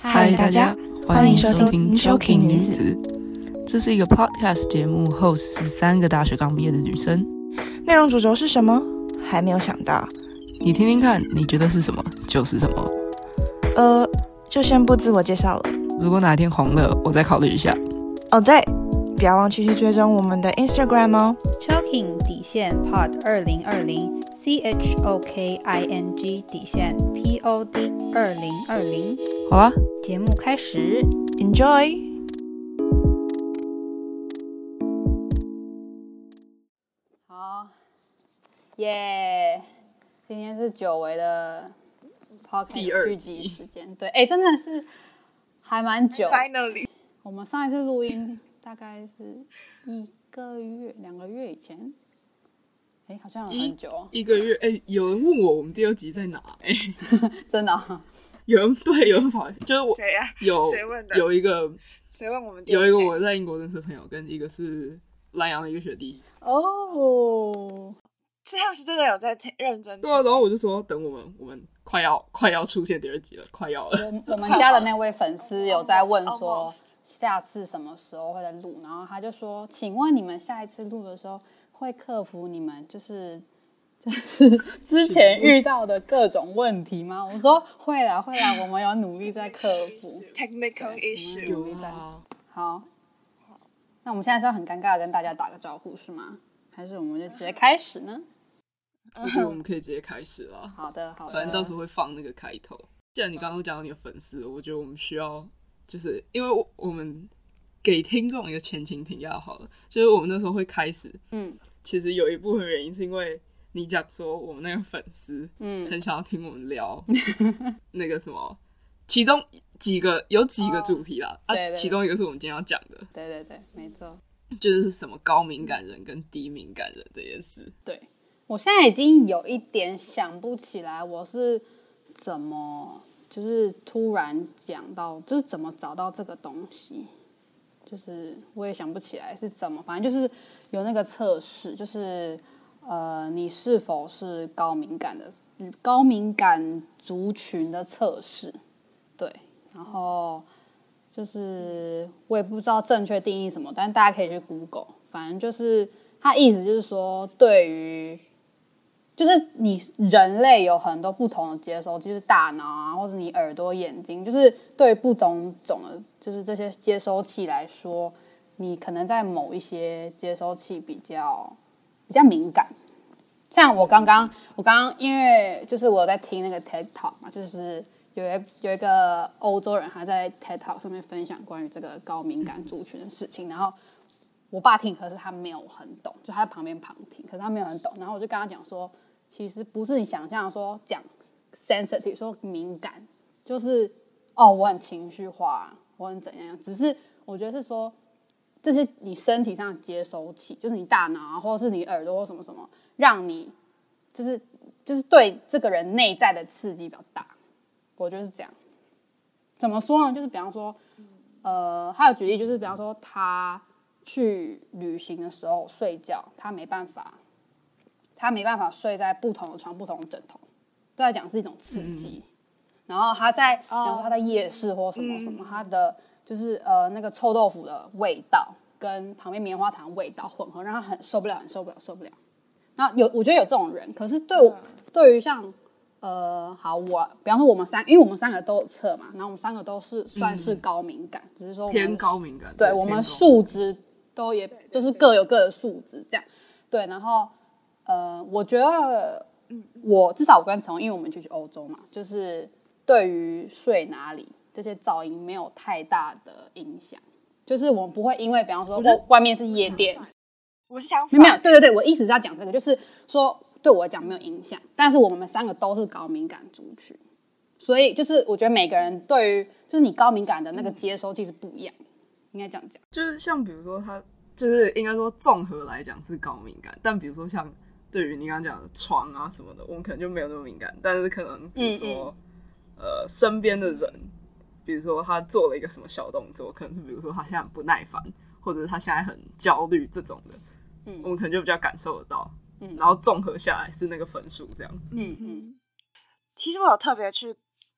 嗨，大家，欢迎收听 Shocking 女子。这是一个 podcast 节目 ，host 是3个大学刚毕业的女生。 内容主轴是什么？还没有想到。 你听听看，你觉得是什么就是什么。 就先不自我介绍了。 如果哪天红了，我再考虑一下。 哦，对，不要忘记去追踪我们的 Instagram 哦。 Choking 底线 Pod 2020 CHOKING 底线 POD 2020。 好啦， 节目开始 ，Enjoy。 好，耶！今天是久违的 podcast 聚集时间，对，真的是还蛮久。 Finally， 我们上一次录音大概是1个月、2个月以前。好像有很久 1个月。有人问我们第2集在哪？ 真的、哦。 有人跑，就是我谁啊？谁问的？ 有一个谁问我们？ 有一个我在英国认识的朋友，跟一个是南洋的一个学弟。 哦， 是他们是真的有在认真。 对啊，然后我就说等我们快要出现第2集了，快要了。 我们家的那位粉丝有在问说下次什么时候会再录，然后他就说，请问你们下一次录的时候会克服你们就是之前遇到的各种问题吗？我说会啦，我们有努力在克服 technical issue。 努力在。好，那我们现在是要很尴尬的跟大家打个招呼是吗？还是我们就直接开始呢？ 我觉得我们可以直接开始了。 好的， 反正到时候会放那个开头。既然你刚刚讲到你的粉丝，我觉得我们需要，就是因为我们给听众一个前情提要好了，就是我们那时候会开始，其实有一部分原因是因为你讲说我们那个粉丝，很想要听我们聊那个什么，其中有几个主题啦， 对， 其中一个是我们今天要讲的， 对，没错， 就是什么高敏感人跟低敏感人这件事。 对，我现在已经有一点想不起来我是怎么就是突然讲到，就是怎么找到这个东西，就是我也想不起来是怎么，反正就是有那个测试，就是你是否是高敏感族群的测试，对，然后就是我也不知道正确定义什么，但大家可以去 Google， 反正就是它意思就是说，对于就是你人类有很多不同的接收，就是大脑啊，或者你耳朵、眼睛，就是对于不同种的，就是这些接收器来说，你可能在某一些接收器比较敏感。像我刚刚因为就是我在听那个 TED Talk 嘛，就是有一个欧洲人他在 TED Talk 上面分享关于这个高敏感族群的事情，然后我爸听，可是他没有很懂，就他在旁边旁听，可是他没有很懂，然后我就跟他讲说，其实不是你想象说讲 sensitive 说敏感，就是我很情绪化，我很怎样，只是我觉得是说，这是你身体上的接收器，就是你大脑啊，或者是你耳朵或什么什么，让你就是对这个人内在的刺激比较大，我觉得是这样。怎么说呢？就是比方说，还有举例，就是比方说他去旅行的时候睡觉，他没办法睡在不同的床、不同的枕头，对他讲是一种刺激。然后他在，比方说他在夜市或什么什么，他的就是那个臭豆腐的味道跟旁边棉花糖的味道混合，让他很受不了。那我觉得有这种人，可是对于像好，比方说我们因为我们3个都有测嘛，然后我们3个都是算是高敏感，只是说偏高敏感， 对，我们数值都也就是各有各的数值这样，对，然后我觉得至少我跟陈宏，因为我们去欧洲嘛，就是对于睡哪里这些噪音没有太大的影响，就是我们不会因为比方说外面是夜店。 我是想法没有，对，我意思是要讲这个，就是说对我来讲没有影响，但是我们3个都是高敏感族群，所以就是我觉得每个人对于就是你高敏感的那个接收器是不一样的，应该这样讲。就是像比如说他就是应该说综合来讲是高敏感，但比如说像对于你刚刚讲的床啊什么的，我们可能就没有那么敏感，但是可能比如说身边的人，比如说他做了一个什么小动作，可能是比如说他现在很不耐烦，或者是他现在很焦虑这种的。我们可能就比较感受得到，然后综合下来是那个分数这样。 其实我有特别去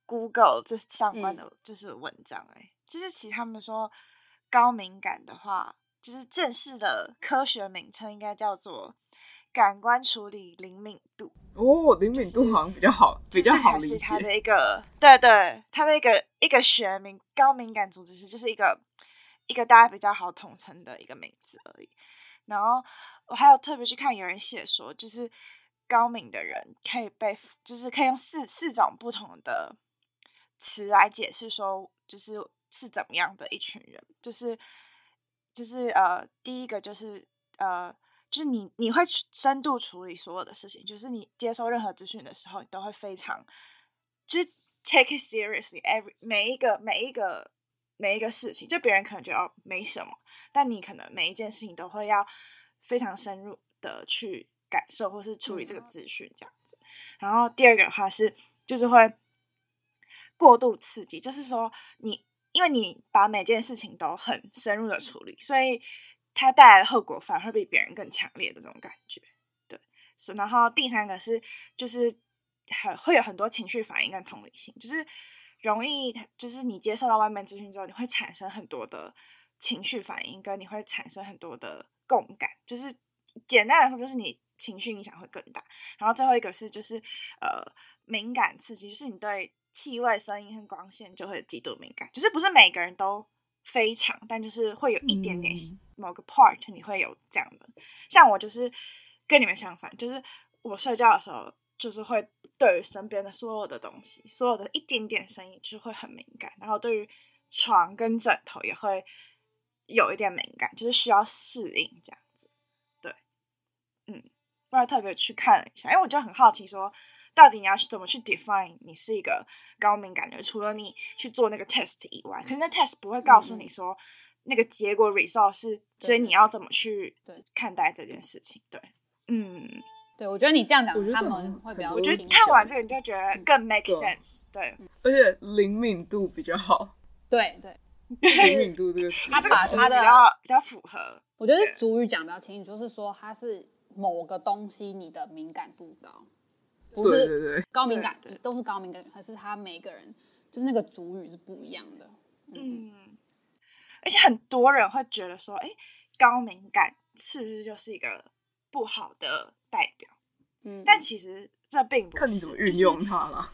Google 这相关的就是文章就是其实他们说高敏感的话，就是正式的科学名称应该叫做感官处理灵敏度。 灵敏度好像比较好，比较好理解。 它的一个对，它的一个学名，高敏感族群就是一个大家比较好统称的一个名字而已。然后我还有特别去看，有人写说，就是高敏的人就是可以用四种不同的词来解释说，是怎么样的一群人，就是第一个就是你会深度处理所有的事情，就是你接收任何资讯的时候，你都会非常就是 take it seriously， 每一个事情，就别人可能觉得没什么，但你可能每一件事情都会要非常深入的去感受或是处理这个资讯这样子。然后第二个的话就是会过度刺激，就是说因为你把每件事情都很深入的处理，所以它带来的后果反而会比别人更强烈的这种感觉。对，然后第三个就是会有很多情绪反应跟同理心，就是容易就是你接受到外面资讯之后，你会产生很多的情绪反应，跟你会产生很多的共感，就是简单来说就是你情绪影响会更大。然后最后一个就是敏感刺激，就是你对气味、声音和光线就会极度敏感，就是不是每个人都非常，但就是会有一点点某个 part 你会有这样的。像我就是跟你们相反，就是我睡觉的时候就是会对于身边的所有的东西，所有的一点点声音就会很敏感，然后对于床跟枕头也会有一点敏感，就是需要适应这样子。对，我还特别去看了一下，因为我就很好奇说到底你要怎么去 define 你是一个高敏感人，除了你去做那个 test 以外，可是那 test 不会告诉你说那个结果 result 是，所以你要怎么去看待这件事情。对， 对，我觉得你这样讲他们会比较， 我觉得看完这个你就觉得更 make sense。 对， 而且灵敏度比较好。 对， 灵敏度这个词， 他把他的比较符合。 我觉得是族语讲比较清楚，就是说它是某个东西你的敏感度高，不是高敏感，都是高敏感，可是他每个人就是那个族语是不一样的。 而且很多人会觉得说，高敏感是不是就是一个不好的代表？但其实这并不是， 看你怎么运用它啦。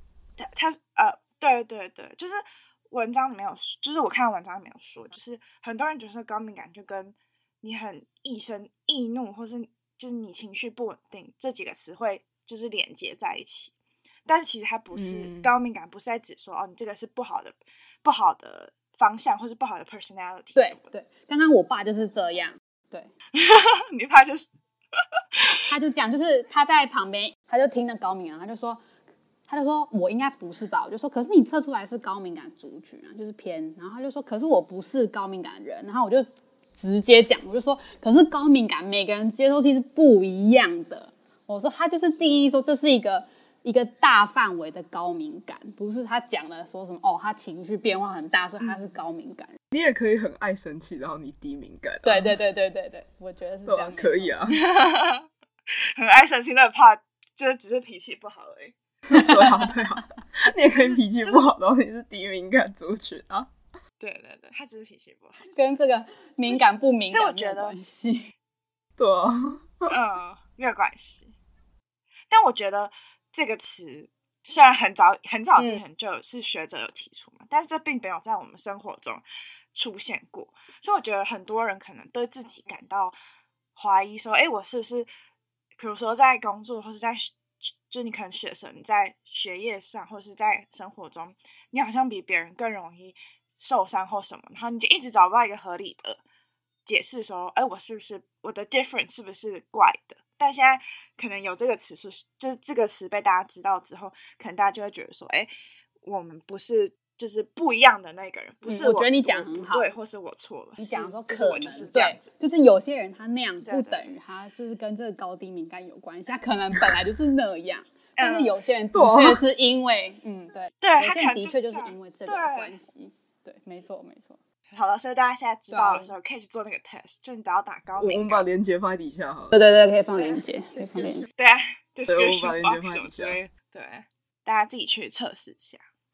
对，就是文章里面有，就是我看到文章里面有说，就是很多人觉得高敏感就跟你很易怒，或是就是你情绪不稳定这几个词汇就是连接在一起，但是其实它不是，高敏感不是在指说你这个是不好的方向，或是不好的 personality。 对，刚刚我爸就是这样。对， 你爸就是他就讲，就是他在旁边，他就听了高敏感，他就说我应该不是吧？我就说可是你测出来是高敏感族群啊，就是偏。然后他就说可是我不是高敏感人，然后我就直接讲，我就说可是高敏感每个人接收器是不一样的。我说他就是定义说这是一个大范围的高敏感，不是他讲的说什么他情绪变化很大，所以他是高敏感。 你也可以很爱生气，然后你低敏感。 对，我觉得是这样。 可以啊。 很爱生气，那怕就是只是脾气不好而已。 对啊，你也可以脾气不好，然后你是低敏感族群啊。 对，他只是脾气不好， 跟这个敏感不敏感没有关系。 对啊， 没有关系。但我觉得这个词虽然很早之前就是学者有提出嘛，但是这并没有在我们生活中出现过，所以我觉得很多人可能对自己感到怀疑说，我是不是比如说在工作或是就你可能学生，你在学业上或是在生活中，你好像比别人更容易受伤或什么，然后你就一直找不到一个合理的解释说，我是不是我的 different 是不是怪的？但现在可能有这个词就是这个词被大家知道之后，可能大家就会觉得说，我们不是就是不一样的那个人，不是我觉得你讲很好， 对，或是我错了。 你讲说可能就是这样子， 就是有些人他那样不等于他就是跟这个高低敏感有关系，他可能本来就是那样，但是有些人的确是因为对，有些人的确就是因为这个关系，对，没错。 好了，所以大家现在知道的时候，可以去做那个 test， 就你只要打高敏感。 我们把链接放在底下好了。 对，可以放链接， 对啊， 对，我们把链接放在底下。 对，大家自己去测试一下。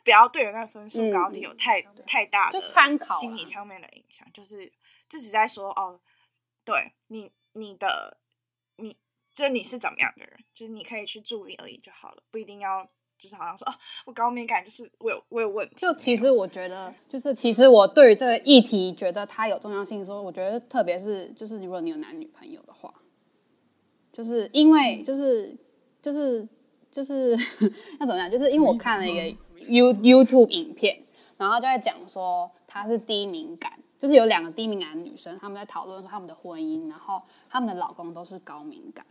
不要对那个分数高低有太大的就参考心理上面的影响，就是自己在说哦，对你就是你是怎么样的人，就是你可以去注意而已就好了，不一定要就是好像说哦，我高敏感就是我有问题。 就其实我觉得，就是其实我对于这个议题觉得它有重要性的时候，我觉得特别是就是如果你有男女朋友的话，就是因为就是要怎么样？就是因为我看了一个 YouTube 影片，然后就在讲说她是低敏感，就是有2个低敏感的女生，她们在讨论说她们的婚姻，然后她们的老公都是高敏感。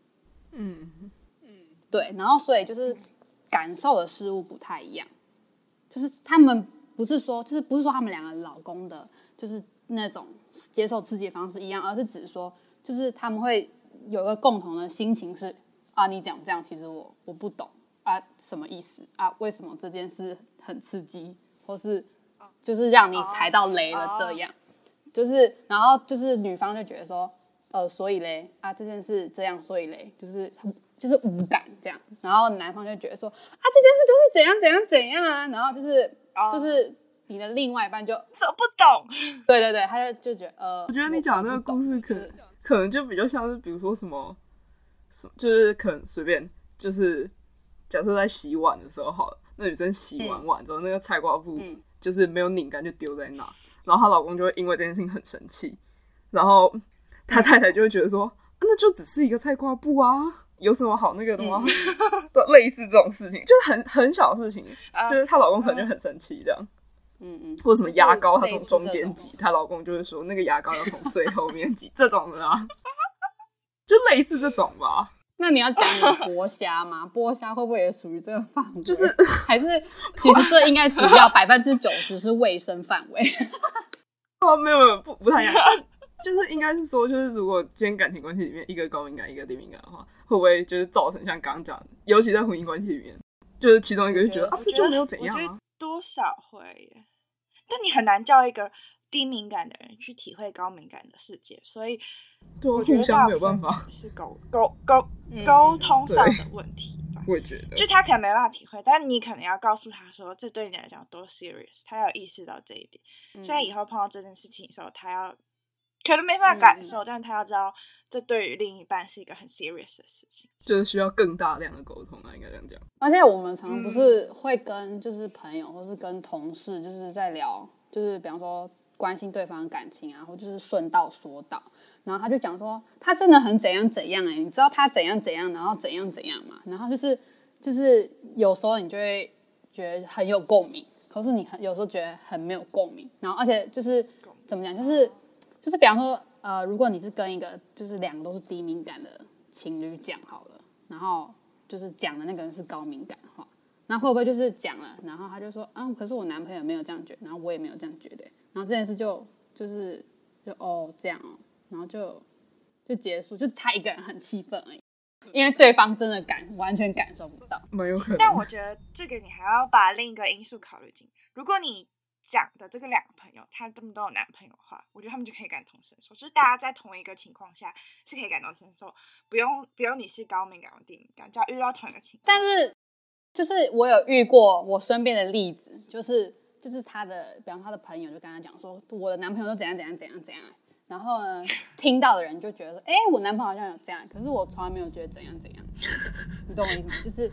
对，然后所以就是感受的事物不太一样，就是他们不是说他们2个老公的，就是那种接受刺激的方式一样，而是指说就是他们会有一个共同的心情是啊，你讲这样其实我不懂啊，什么意思啊？为什么这件事很刺激，或是就是让你踩到雷了这样？就是然后就是女方就觉得说所以嘞啊这件事这样，所以嘞就是无感这样，然后男方就觉得说啊这件事就是怎样怎样怎样啊，然后就是你的另外一半就怎么不懂？ 对，他就觉得我觉得你讲的那个故事可能就比较像是比如说什么，就是可能随便就是假设在洗碗的时候好了，那女生洗完碗之后，那个菜瓜布就是没有拧干就丢在那，然后她老公就会因为这件事情很生气，然后他太太就会觉得说那就只是一个菜瓜布啊，有什么好那个的吗？类似这种事情，就是很小的事情，就是她老公可能就很生气这样。或者什么牙膏，她从中间挤，她老公就会说那个牙膏要从最后面挤，这种的啊，就类似这种吧。 那你要讲你的剥虾吗？剥虾会不会也属于这个范围？ 就是还是其实这应该主要90%是卫生范围。 没有不太一样。就是应该是说，就是如果今天感情关系里面一个高敏感一个低敏感的话，会不会就是造成像刚刚讲的，尤其在婚姻关系里面，就是其中一个就觉得啊这就没有怎样啊， 多少会耶，但你很难叫一个低敏感的人去体会高敏感的世界，所以我觉得互相没有办法， 是沟通上的问题吧。 我也觉得， 就他可能没办法体会，但你可能要告诉他说，这对你来讲多 serious， 他要意识到这一点，所以以后碰到这件事情的时候，他要可能没办法感受，但他要知道，这对于另一半是一个很 serious 的事情， 就是需要更大量的沟通啊，应该这样讲。 而且我们常常不是会跟就是朋友或是跟同事就是在聊，就是比方说关心对方的感情啊，或就是顺道说道，然后他就讲说他真的很怎样怎样你知道他怎样怎样，然后怎样怎样嘛，然后就是有时候你就会觉得很有共鸣，可是你有时候觉得很没有共鸣，然后而且就是怎么讲，就是比方说如果你是跟一个就是2个都是低敏感的情侣讲好了，然后就是讲的那个人是高敏感的话，那会不会就是讲了，然后他就说可是我男朋友没有这样觉得，然后我也没有这样觉得，然后这件事就这样然后就结束，就是他一个人很气愤而已，因为对方真的完全感受不到， 蛮有可能。 但我觉得这个你还要把另一个因素考虑进来，如果你讲的这个2个朋友他们都有男朋友的话，我觉得他们就可以感同身受，就是大家在同一个情况下是可以感同身受，不用你是高敏感或低敏感，只要遇到同一个情况。 但是就是我有遇过我身边的例子，就是他的比方他的朋友就跟他讲说我的男朋友都怎样怎样怎样怎样，然后呢听到的人就觉得说我男朋友好像有这样，可是我从来没有觉得怎样怎样，你懂我意思吗？就是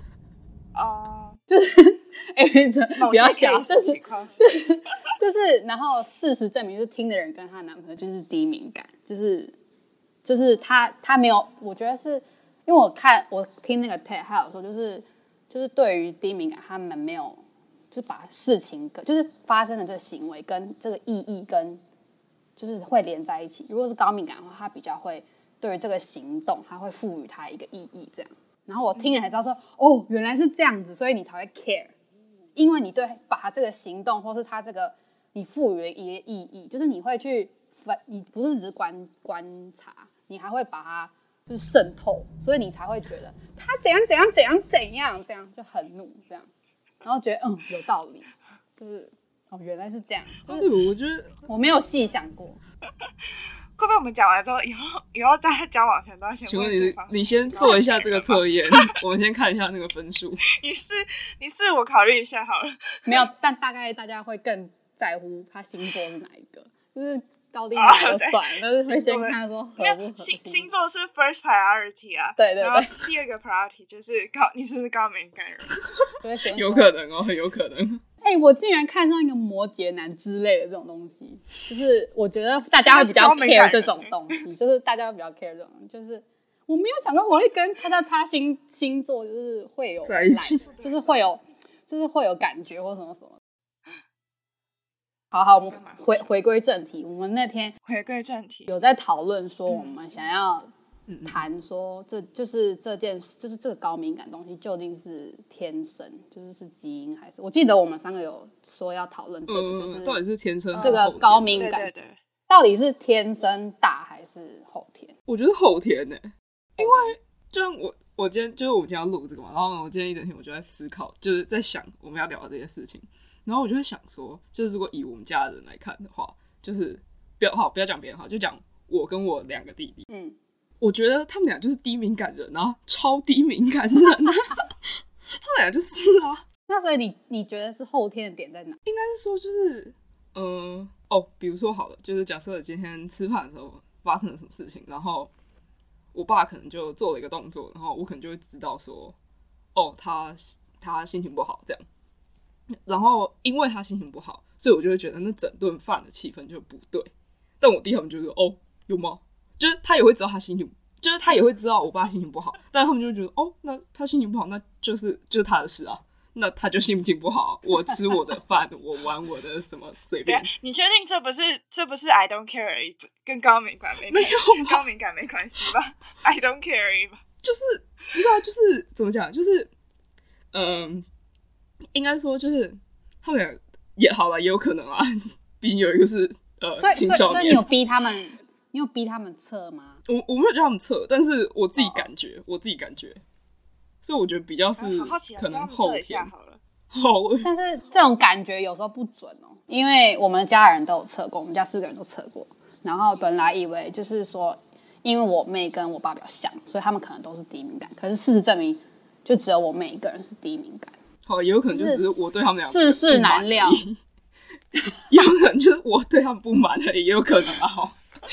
某比较些小， 情况就是然后事实证明，就是听的人跟她男朋友就是低敏感，就是他没有，我觉得是因为我听那个 TED 还有说就是对于低敏感他们没有就是把事情就是发生的这个行为跟这个意义跟就是会连在一起，如果是高敏感的话，他比较会对于这个行动他会赋予他一个意义这样，然后我听了才知道说原来是这样子，所以你才会 care， 因为你把他这个行动或是他这个你赋予了一个意义，就是你会去你不是只是观察，你还会把它就是渗透，所以你才会觉得他怎样怎样怎样怎样，这样就很怒这样，然后觉得有道理，就是哦，原来是这样。 对，我觉得我没有细想过。 会不会我们讲完之后，以后大家交往前都要先请问问对方？ 你先做一下这个测验，我们先看一下那个分数。 你是我考虑一下好了。 没有，但大概大家会更在乎他星座是哪一个，就是高低哪就算了，但是会先看说合不合。 星座是 first priority 啊， 对对对， 然后第二个 priority 就是你是不是高敏感人？ 有可能哦，很有可能。 我竟然看上一个摩羯男之类的这种东西，就是我觉得大家会比较 care 这种东西，就是大家会比较 care 这种，就是我没有想到我会跟他星座就是会有在一起， 就是会有感觉或什么什么。好，我们回归正题，我们那天回归正题有在讨论说我们想要谈说这就是这件就是这个高敏感东西究竟是天生就是基因还是我记得我们3个有说要讨论这个就是到底是天生这个高敏感对到底是天生大还是后天？ 我觉得后天因为就像我今天就是我今天要录这个嘛，然后我今天一整天我就在思考，就是在想我们要聊的这些事情，然后我就会想说，就是如果以我们家的人来看的话，就是不要讲别人好，就讲我跟我2个弟弟，我觉得他们俩就是低敏感人啊，超低敏感人啊，他们俩就是啊。 那所以你觉得是后天的点在哪？ 应该是说就是比如说好了，就是假设今天吃饭的时候发生了什么事情，然后我爸可能就做了一个动作，然后我可能就会知道说，他心情不好这样，然后因为他心情不好，所以我就会觉得那整顿饭的气氛就不对。但我弟他们就说有吗？就是他也会知道他心情，就是他也会知道我爸心情不好，但他们就觉得那他心情不好，那就是他的事啊。那他就心情不好，我吃我的饭，我玩我的什么随便。 你确定这不是 I don't care 而已，跟高敏感没高敏感没关系吧 ？I don't care 而已吧。 就是不知道，就是怎么讲，就是应该说就是他们俩也好了，也有可能啊，毕竟有一个是青少年。 所以你有逼他们测吗？ 我没有叫他们测，但是我自己感觉，所以我觉得比较是可能后天好了。 但是这种感觉有时候不准因为我们家人都有测过，我们家4个人都测过。然后本来以为就是说，因为我妹跟我爸比较像，所以他们可能都是低敏感。可是事实证明，就只有我妹一个人是低敏感。 也有可能就只是我对他们俩世事难料， 有可能就是我对他们不满而已，也有可能啊。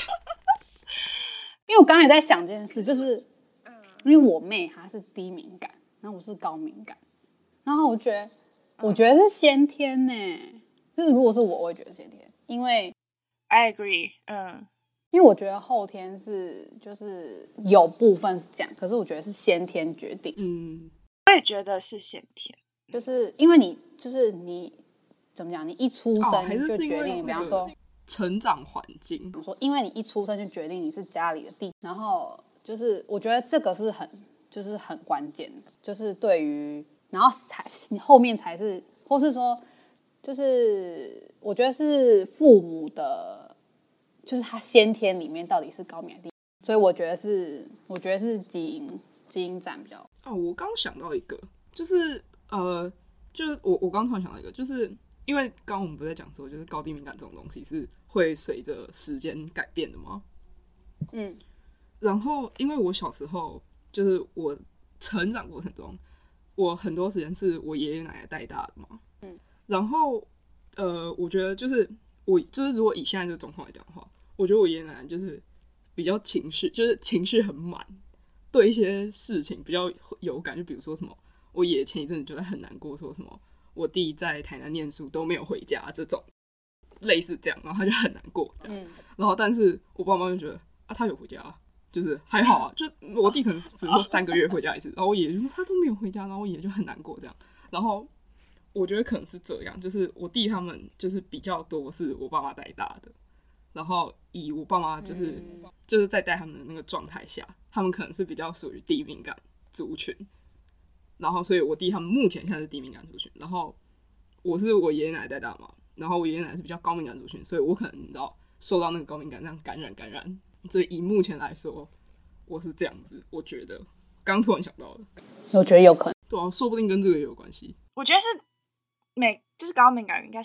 因为我刚才也在想这件事，就是因为我妹她是低敏感，然后我是高敏感，然后我觉得是先天呢，就是如果是我会觉得先天，因为 I agree， 因为我觉得后天是就是有部分是这样，可是我觉得是先天决定， 我也觉得是先天， 就是因为你怎么讲，你一出生就决定，比方说成长环境， 比如说因为你一出生就决定你是家里的弟，然后就是我觉得这个是很关键的，就是对于然后你后面才是，或是说就是我觉得是父母的，就是他先天里面到底是高敏感低，所以我觉得是基因占比较。 我刚想到一个，就是就是我刚突然想到一个，就是因为刚刚我们不是在讲说，就是高低敏感这种东西是会随着时间改变的吗？然后因为我小时候就是我成长过程中，我很多时间是我爷爷奶奶带大的嘛，然后我觉得就是如果以现在这个状况来讲的话，我觉得我爷爷奶奶就是比较情绪很满，对一些事情比较有感，就比如说什么，我爷爷前一阵子就在很难过，说什么我弟在台南念书都没有回家这种，类似这样，然后他就很难过这样，然后但是我爸妈就觉得他有回家就是还好啊，就我弟可能比如说3个月回家一次，然后我爷爷就说他都没有回家，然后我爷爷就很难过这样，然后我觉得可能是这样，就是我弟他们就是比较多是我爸妈带大的，然后以我爸妈就是在带他们的那个状态下，他们可能是比较属于低敏感族群，然后所以我弟他们目前看是低敏感族群，然后我是我爷爷奶奶带大嘛，然后我爷爷奶奶是比较高敏感族群，所以我可能你知道受到那个高敏感这样感染，所以以目前来说我是这样子，我觉得刚突然想到的， 我觉得有可能， 对啊，说不定跟这个也有关系。 我觉得是就是高敏感应该是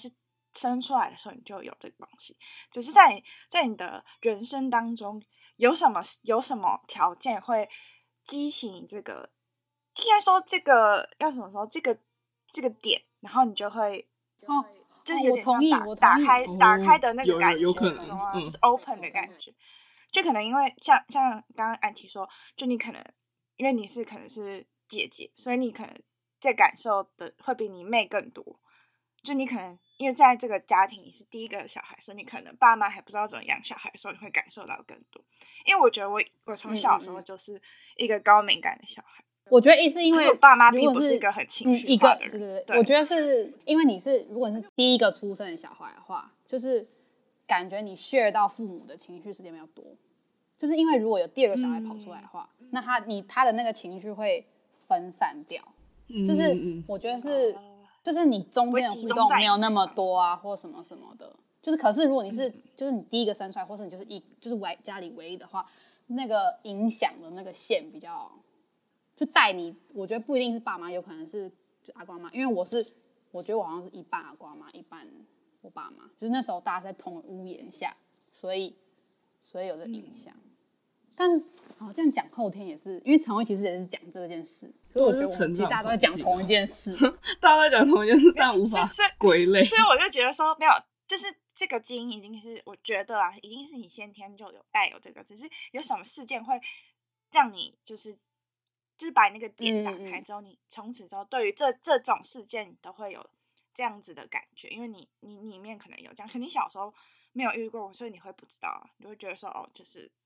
生出来的时候你就有这个东西，只是在你的人生当中有什么条件会激起你这个，应该说这个要怎么说，这个点，然后你就会就是有点像打开的那个感觉， 有可能就是 open 的感觉。就可能因为像刚刚安琪说，就你可能因为你可能是姐姐，所以你可能在感受的会比你妹更多。就你可能因为在这个家庭你是第一个小孩，所以你可能爸妈还不知道怎么养小孩的时候，你会感受到更多。因为我觉得我从小的时候就是一个高敏感的小孩。 我觉得是因为我爸妈并不是一个很情绪化的人， 对，我觉得是因为如果你是第一个出生的小孩的话，就是感觉你 share 到父母的情绪时间比较多，就是因为如果有第二个小孩跑出来的话，那他的那个情绪会分散掉，就是我觉得是，就是你中间的互动没有那么多啊，或什么什么的，就是可是如果你是就是你第一个生出来，或是你就是家里唯一的话，那个影响的那个线比较。就带你，我觉得不一定是爸妈，有可能是就阿公阿妈，因为我觉得我好像是一半阿公阿妈，一半我爸妈，就是那时候大家在同个屋檐下，所以有这影响。但是这样讲后天也是，因为陈慧其实也是讲这件事，所以我觉得我们其实大家都在讲同一件事， 大家都在讲同一件事，但无法归类。 所以我就觉得说，没有，就是这个基因一定是，我觉得啦，一定是你先天就带有这个，只是有什么事件会让你就是把你那个点打开之后，你从此之后对于这种事件你都会有这样子的感觉，因为你里面可能有这样，可能你小时候没有遇过，所以你会不知道啊，你会觉得说就是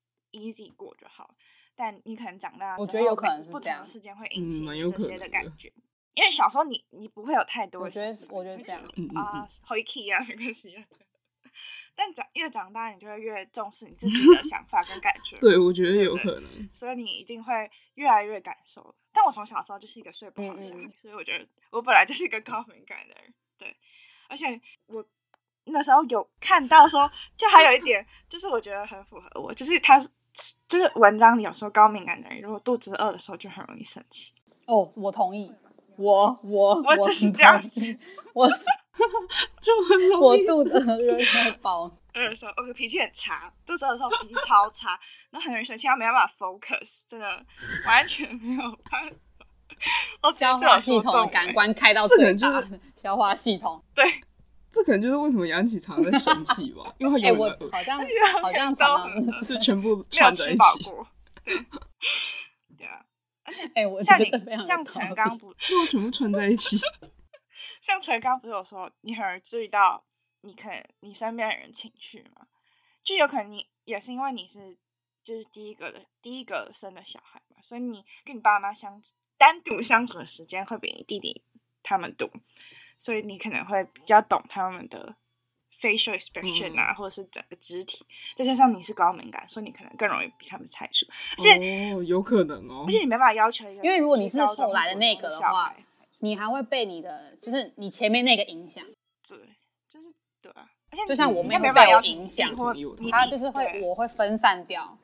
easy 过就好，但你可能长大， 我觉得有可能是不同的事件会引起你这些的感觉， 因为小时候你不会有太多的， 我觉得这样回去啊没关系啊。但越长大，你就会越重视你自己的想法跟感觉。 对，我觉得有可能。 所以你一定会越来越感受。但我从小时候就是一个睡不好的小孩，所以我觉得我本来就是一个高敏感的人。对，而且我那时候有看到说，就还有一点，就是我觉得很符合我，就是就是文章里有说高敏感的人如果肚子饿的时候就很容易生气。 哦，我同意。我就是这样子， 我就很容易我肚子饿会爆。 说我脾气很差，肚子饿的时候脾气超差，然后很容易生气，没办法 focus， 真的完全没有办法。 消化系统的感官开到最大，消化系统。 对， 这可能就是为什么杨启常在生气吧，因为他有我好像常常是全部串在一起。 对啊。而且我觉得这非常像陈刚不全部串在一起。 像陈刚不是有说，你很容易注意到你身边的人情绪嘛？就有可能你也是因为你是就是第一个生的小孩嘛，所以你跟你爸妈单独相处的时间会比你弟弟他们多，所以你可能会比较懂他们的 facial expression 啊，或者是整个肢体，再加上你是高敏感，所以你可能更容易比他们猜出。 有可能哦。 而且你没办法要求一个， 因为如果你是后来的那个的话，你还会被你的就是你前面那个影响。 对，就是对啊。而且就像我妹会被我影响，她就是我会分散掉。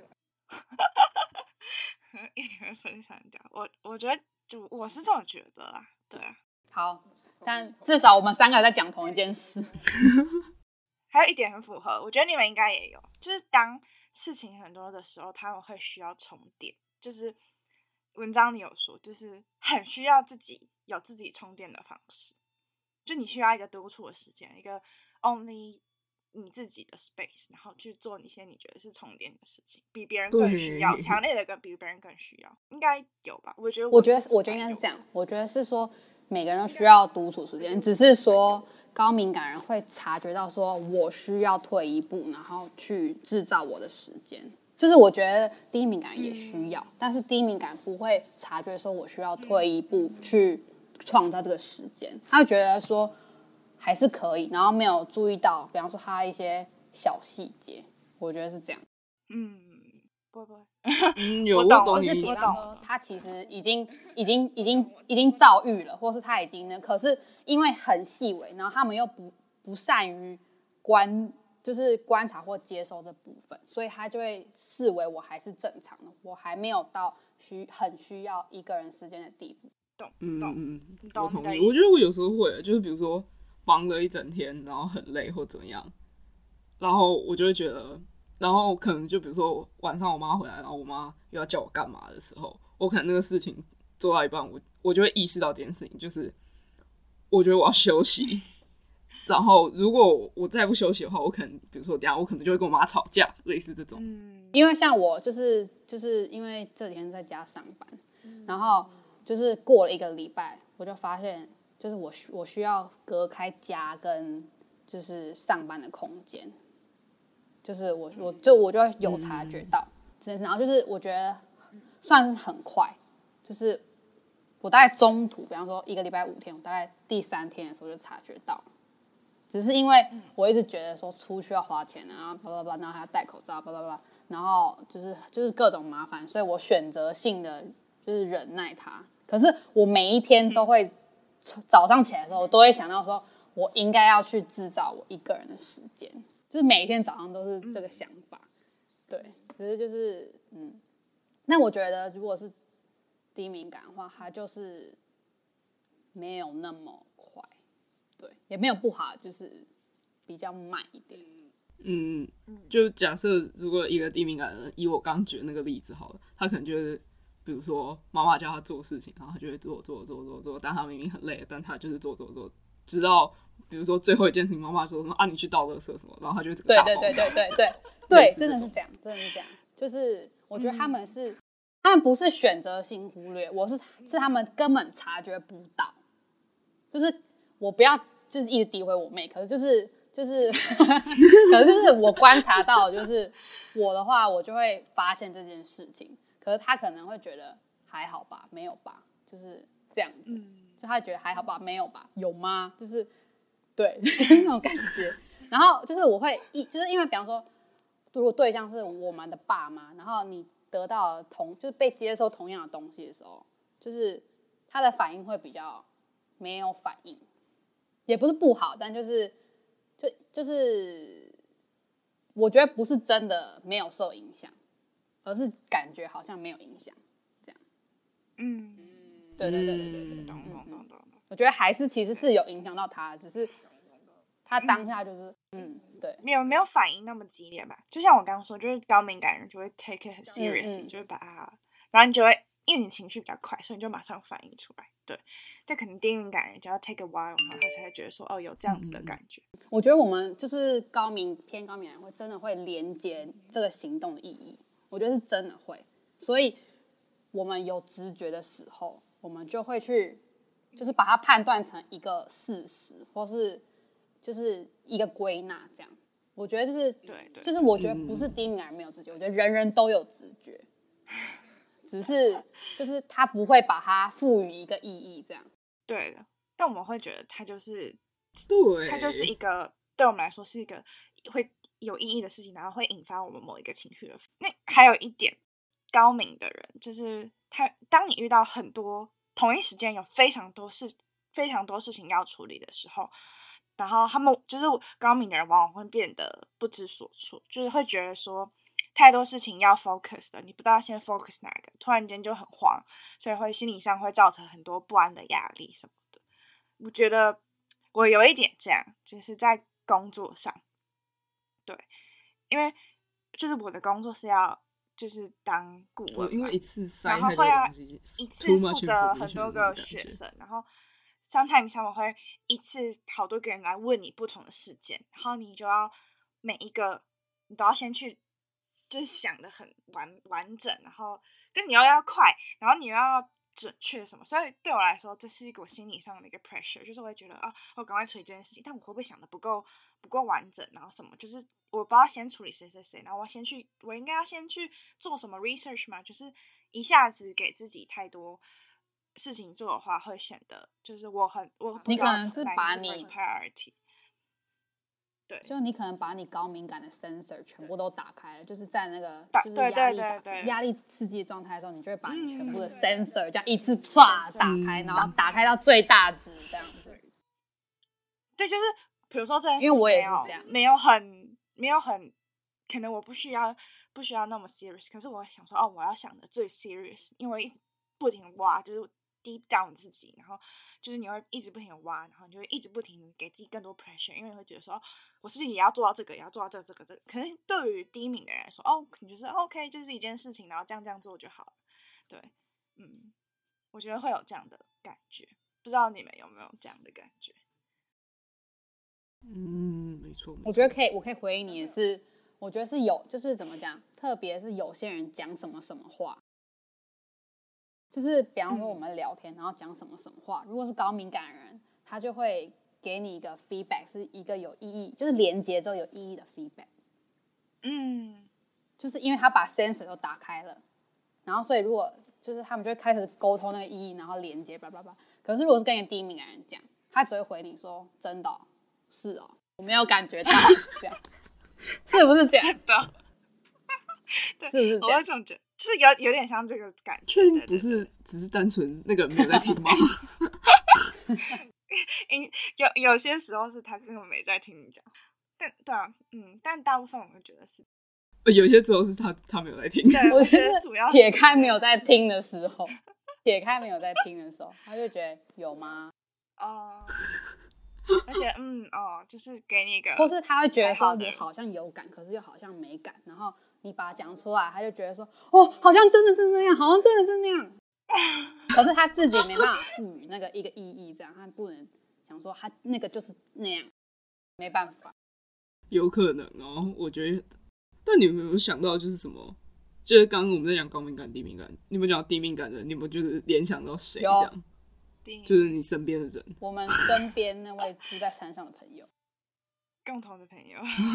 一定会分散掉。我觉得就我是这么觉得啦，对啊。 好，但至少我们3个在讲同一件事。 还有一点很符合，我觉得你们应该也有，就是当事情很多的时候，他们会需要充电。就是文章里有说，就是很需要自己充电的方式，就你需要一个独处的时间，一个 only 你自己的 space， 然后去做一些你觉得是充电的事情，比别人更需要，强烈的比别人更需要，应该有吧？我觉得应该是这样。我觉得是说每个人都需要独处时间，只是说高敏感人会察觉到说我需要退一步，然后去制造我的时间。就是我觉得低敏感也需要，但是低敏感不会察觉说我需要退一步去创造这个时间，他会觉得说还是可以，然后没有注意到比方说他一些小细节，我觉得是这样。 不会我懂，或是比方说他其实已经躁郁了，或是他已经呢，可是因为很细微，然后他们又不善于就是观察或接受这部分，所以他就会视为我还是正常的，我还没有到很需要一个人时间的地步。 懂， 我同意。我觉得我有时候会，就是比如说忙了一整天，然后很累或怎么样，然后我就会觉得，然后可能就比如说晚上我妈回来，然后我妈又要叫我干嘛的时候，我可能那个事情做到一半，我就会意识到这件事情，就是我觉得我要休息。然后如果我再不休息的话，我可能比如说等一下我可能就会跟我妈吵架，类似这种。 因为像我就是因为这几天在家上班，然后就是过了1个礼拜，我就发现就是我需要隔开家跟就是上班的空间，就是我就会有察觉到这件事，然后就是我觉得算是很快，就是我大概中途，比方说1个礼拜5天，我大概第3天的时候就察觉到。只是因为我一直觉得说出去要花钱啊，巴拉巴拉，然后还要戴口罩，巴拉巴拉，然后就是各种麻烦，所以我选择性的就是忍耐它。可是我每一天都会早上起来的时候，我都会想到说，我应该要去制造我一个人的时间，就是每一天早上都是这个想法。对，只是就是那我觉得如果是低敏感的话，它就是没有那么快。对，也没有不好，就是比较慢一点。 就假设如果一个低敏感的人，以我刚举的那个例子好了，他可能就是比如说妈妈叫他做事情，然后他就会做，但他明明很累，但他就是做，直到比如说最后一件事情，妈妈说什么啊，你去倒垃圾什么，然后他就整个大爆炸。 对，真的是这样，就是我觉得他们不是选择性忽略，是他们根本察觉不到，就是我不要就是一直诋毁我妹，可是就是可是就是我观察到，就是我的话，我就会发现这件事情，可是他可能会觉得还好吧，没有吧，就是这样子，就他觉得还好吧，没有吧，有吗？就是对那种感觉。然后就是我会就是因为比方说，如果对象是我们的爸妈，然后你得到就是被接受同样的东西的时候，就是他的反应会比较没有反应。也不是不好，但就是我觉得不是真的没有受影响，而是感觉好像没有影响，这样。对，懂。我觉得还是其实是有影响到他，只是他当下就是对， 没有反应那么激烈吧。就像我刚刚说，就是高敏感人就会 take it 很 serious，就会把它，然后你就会因为你情绪比较快，所以你就马上反应出来。对，但可能低敏感人就要 take a while， 然后他才会觉得说哦有这样子的感觉。 我觉得我们就是偏高敏人会真的会连接这个行动的意义，我觉得是真的会。所以我们有直觉的时候，我们就会去就是把它判断成一个事实，或是就是一个归纳这样。我觉得就是对， 就是我觉得不是低敏感人没有直觉，我觉得人人都有直觉。只是就是他不会把它赋予一个意义，这样。 对的，但我们会觉得它就是一个对我们来说是一个会有意义的事情，然后会引发我们某一个情绪的。那还有一点，高敏的人就是当你遇到很多同一时间有非常多事情要处理的时候，然后他们就是高敏的人往往会变得不知所措，就是会觉得说太多事情要 focus 的，你不知道先 focus 哪个，突然间就很慌，所以会心理上会造成很多不安的压力什么的。我觉得我有一点这样，就是在工作上，对，因为就是我的工作是要就是当顾问， 因为一次塞然后会要一次负责很多个学生，然后 sometimes 他们会一次好多个人来问你不同的事件，然后你就要每一个你都要先去就是想的很完整，然后但你又要快，然后你又要准确什么，所以对我来说这是一个我心理上的一个 pressure， 就是我会觉得啊，我赶快处理这件事情，但我会不会想的不够完整，然后什么就是我不知道先处理谁，然后我应该要先去做什么 research 嘛，就是一下子给自己太多事情做的话，会显得就是你可能是把你 priority。对， 就你可能把你高敏感的 sensor 全部都打开了，就是在那个就是压力刺激的状态的时候，你就会把你全部的 sensor 这样一次唰打开，然后打开到最大值这样子。 对，就是比如说这件事情， 因为我也是这样， 没有很，可能我不需要那么 serious， 可是我想说哦，我要想的最 serious， 因为我一直不停挖，就是 deep down 自己，然后就是你会一直不停的挖，然后你就会一直不停地给自己更多 pressure， 因为你会觉得说，我是不是也要做到这个，也要做到这个。可能对于第一名的人来说，你就是 OK， 就是一件事情，然后这样做就好了。对，我觉得会有这样的感觉，不知道你们有没有这样的感觉？ 没错。 我觉得我可以回应你的是，我觉得是有，就是怎么讲，特别是有些人讲什么话，就是比方说我们聊天，然后讲什么话，如果是高敏感的人，他就会给你一个 feedback， 是一个有意义，就是连接之后有意义的 feedback。就是因为他把 sensor 都打开了，然后所以如果就是他们就会开始沟通那个意义，然后连接叭叭叭。可是如果是跟一个第一敏感人讲，他只会回你说真的是哦，我没有感觉到这样，是不是这样？ 真的，对， 是不是这样？ 我会这么觉得，就是有点像这个感觉。 确定不是只是单纯那个人没有在听吗？ 有些时候是他根本没在听你讲，但大部分我会觉得是。 有些时候是他没有在听。 我觉得主要撇开没有在听的时候，他就觉得有吗？ 而且就是给你一个， 或是他会觉得说我好像有感，可是又好像没感，然后你把它讲出来，他就觉得说好像真的是那样，好像真的是那样。可是他自己没办法赋予那个一个意义，这样他不能想说他那个就是那样，没办法。 有可能我觉得。但你们有没有想到就是什么？就是刚刚我们在讲高敏感、低敏感，你们讲低敏感的，你们就是联想到谁？这样，就是你身边的人。 我们身边那位住在山上的朋友， 共同的朋友。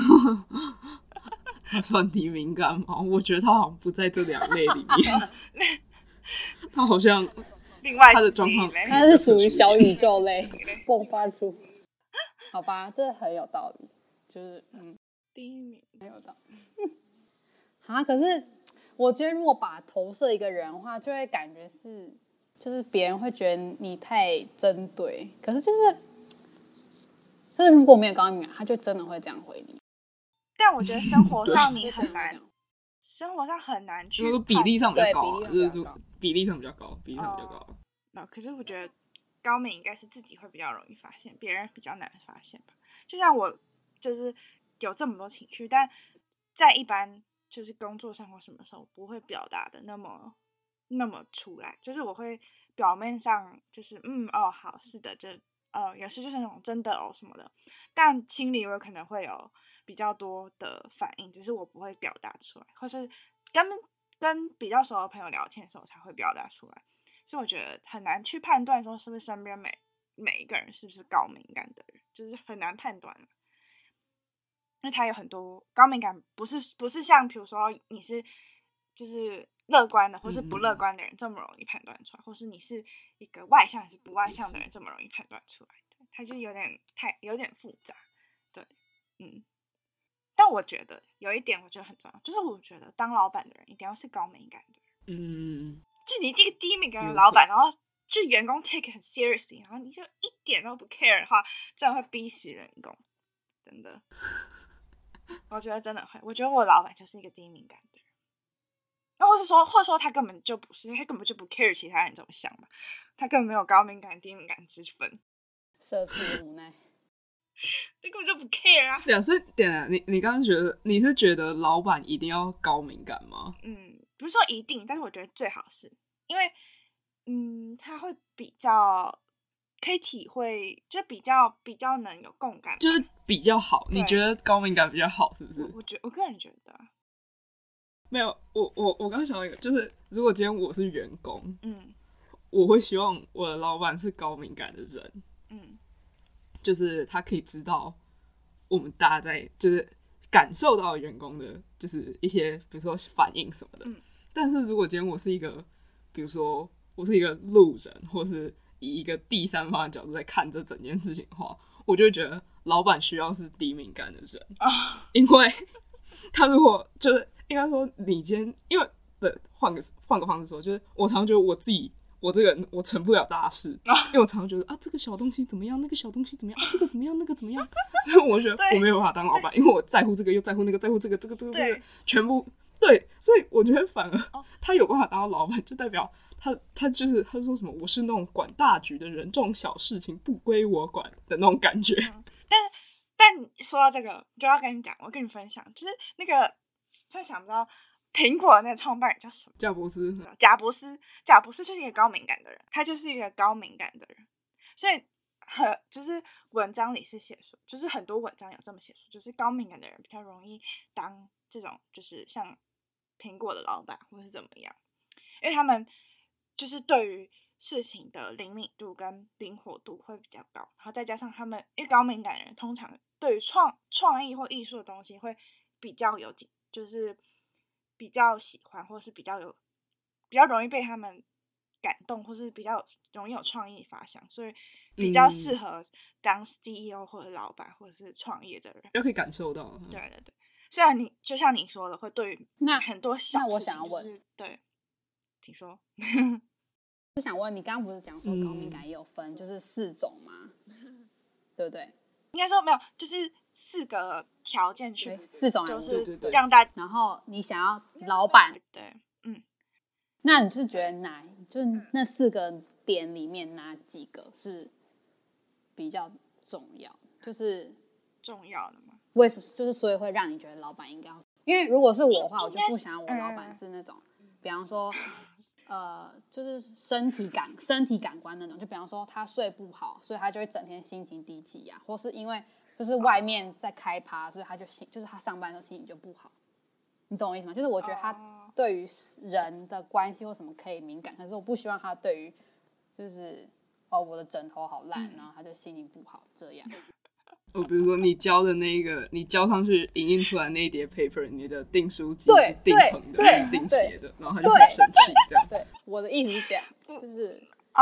他算低敏感吗？我觉得他好像不在这两类里面。他好像另外他的状况， 他是属于小宇宙类迸发出。好吧，这很有道理，就是第一名没有道理。可是我觉得如果把投射一个人的话，就会感觉是，就是别人会觉得你太针对。可是就是如果没有高敏感，他就真的会这样回你。 但我觉得生活上你很难，生活上很难去就是比例上比较高， 就是比例上比较高。 可是我觉得高敏应该是自己会比较容易发现，别人比较难发现吧。就像我就是有这么多情绪，但在一般就是工作上或什么时候不会表达的那么出来，就是我会表面上就是好是的，就有时就是那种真的什么的，但心里我可能会有比较多的反应，只是我不会表达出来，或是跟比较熟的朋友聊天的时候才会表达出来。所以我觉得很难去判断说是不是身边每一个人是不是高敏感的人，就是很难判断。因为他有很多高敏感，不是像比如说你是就是乐观的或是不乐观的人这么容易判断出来，或是你是一个外向还是不外向的人这么容易判断出来，他就有点复杂。对，但我觉得有一点我觉得很重要，就是我觉得当老板的人一定要是高敏感的人。就你这个低敏感的老板，然后就员工 take it 很 seriously， 然后你就一点都不 care 的话，真的会逼死员工，真的。我觉得真的会，我觉得我老板就是一个低敏感的人，或者说他根本就不是，因为他根本就不 care 其他人怎么想嘛，他根本没有高敏感低敏感之分， 社畜无奈， 他根本就不 care 啊。 对啊，所以你刚刚觉得你是觉得老板一定要高敏感吗？ 不是说一定，但是我觉得最好是，因为他会比较可以体会，就比较能有共感， 就是比较好。你觉得高敏感比较好，是不是？ 我个人觉得没有。我刚刚想到一个，就是如果今天我是员工，我会希望我的老板是高敏感的人，就是他可以知道我们大家在就是感受到员工的，就是一些比如说反应什么的。但是如果今天我是一个，比如说我是一个路人，或是以一个第三方的角度在看这整件事情的话，我就会觉得老板需要是低敏感的人，因为他如果就是应该说你今天，因为换个方式说，就是我常常觉得我这个人我成不了大事，因为我常常觉得这个小东西怎么样，那个小东西怎么样，这个怎么样，那个怎么样，所以我觉得我没有办法当老板，因为我在乎这个又在乎那个，在乎这个全部对，所以我觉得反而他有办法当到老板，就代表他就是他说什么我是那种管大局的人，这种小事情不归我管的那种感觉。 但说到这个，就要跟你讲，我跟你分享，就是那个突然想不到苹果的那个创办人叫什么？ 贾伯斯就是一个高敏感的人，他就是一个高敏感的人，所以就是文章里是写说，就是很多文章有这么写说，就是高敏感的人比较容易当这种就是像苹果的老板或是怎么样，因为他们就是对于事情的灵敏度跟灵活度会比较高，然后再加上他们因为高敏感的人通常对于创意或艺术的东西会比较有就是比较喜欢，或是比较容易被他们感动，或是比较容易有创意发想，所以比较适合当 CEO 或者老板或者是创业的人， 要可以感受到。 对对对，虽然你就像你说的会对于很多小事情、就是、 那我想要问， 对，请说。 是想问你刚刚不是讲说高敏感也有分就是4种吗？对不对？ 应该说没有，就是4个条件去 4种， 就是让大家。 然后你想要老板， 对， 那你是觉得就是那4个点里面哪几个是比较重要？就是重要的吗？ 为什么？就是所以会让你觉得老板应该要？因为如果是我的话，我就不想要我老板是那种，比方说。就是身体感官那种，就比方说他睡不好，所以他就会整天心情低气压，或是因为就是外面在开趴，所以他就是他上班的时候心情就不好。你懂我意思吗？就是我觉得他对于人的关系或什么可以敏感，可是我不希望他对于就是我的枕头好烂，然后他就心情不好这样。 比如说你交的那个，你交上去影印出来那一叠 paper， 你的订书机是订横的，是订斜的，然后他就很生气，这样。 对，我的意思是这样，就是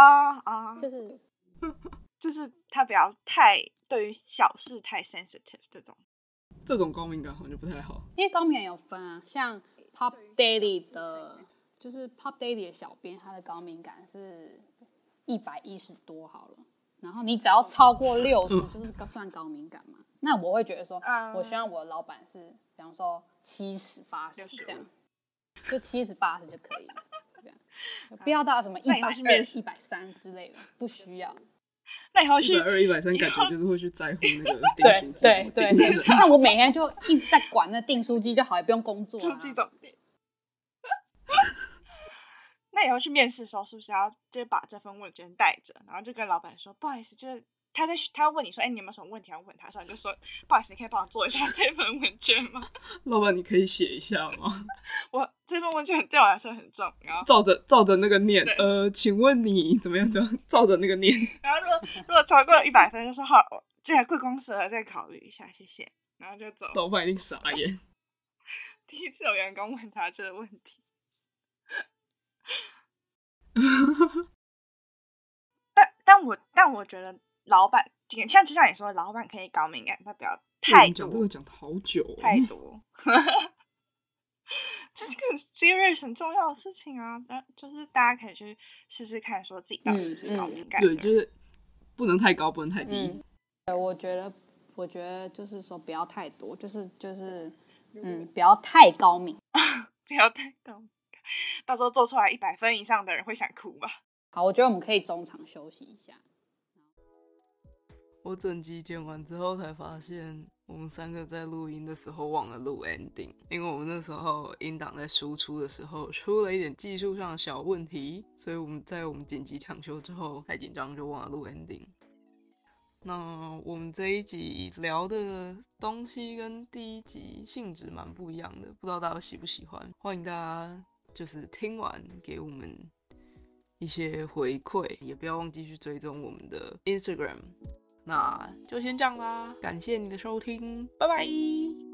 就是他不要太对于小事太 sensitive 这种高敏感好像就不太好。 因为高敏感有分啊，像 Pop Daily 的，就是 Pop Daily 的小编，他的高敏感是110多好了。然后你只要超过60，就是算高敏感嘛。那我会觉得说，我希望我的老板是，比方说70、80这样，就70、80就可以了，这样不要到什么120、130之类的，不需要。 那以后去 120、130，感觉就是会去在乎那个订书机。 对。那我每天就一直在管那订书机就好，也不用工作啊。 那以后去面试的时候，是不是要就把这份问卷带着，然后就跟老板说，不好意思，就是他问你说，你有没有什么问题要问他？所以你就说，不好意思，你可以帮我做一下这份问卷吗？ 老板，你可以写一下吗？ 我这份问卷对我来说很重要。 照着那个念，请问你怎么样？照着那个念。 然后如果超过100分，就说好，这还贵公司了，再考虑一下，谢谢。然后就走。 老板一定傻眼。 第一次有员工问他这个问题。但我觉得老板就像你说的，老板可以高敏感，但不要太多。 讲这个讲好久， 太多。这是个很 serious 很重要的事情啊！就是大家可以去试试看，说自己到底是不是高敏感。 对，就是不能太高，不能太低。 我觉得就是说不要太多，就是不要太高敏， 不要太高敏。到时候做出来100分以上的人会想哭吧。 好，我觉得我们可以中场休息一下。 我整集剪完之后才发现，我们3个在录音的时候忘了录 ending， 因为我们那时候音档在输出的时候出了一点技术上的小问题，所以我们剪辑抢修之后太紧张就忘了录 ending。那我们这一集聊的东西跟第1集性质蛮不一样的，不知道大家喜不喜欢，欢迎大家就是听完给我们一些回馈，也不要忘记去追踪我们的 Instagram。那就先这样啦，感谢你的收听，拜拜。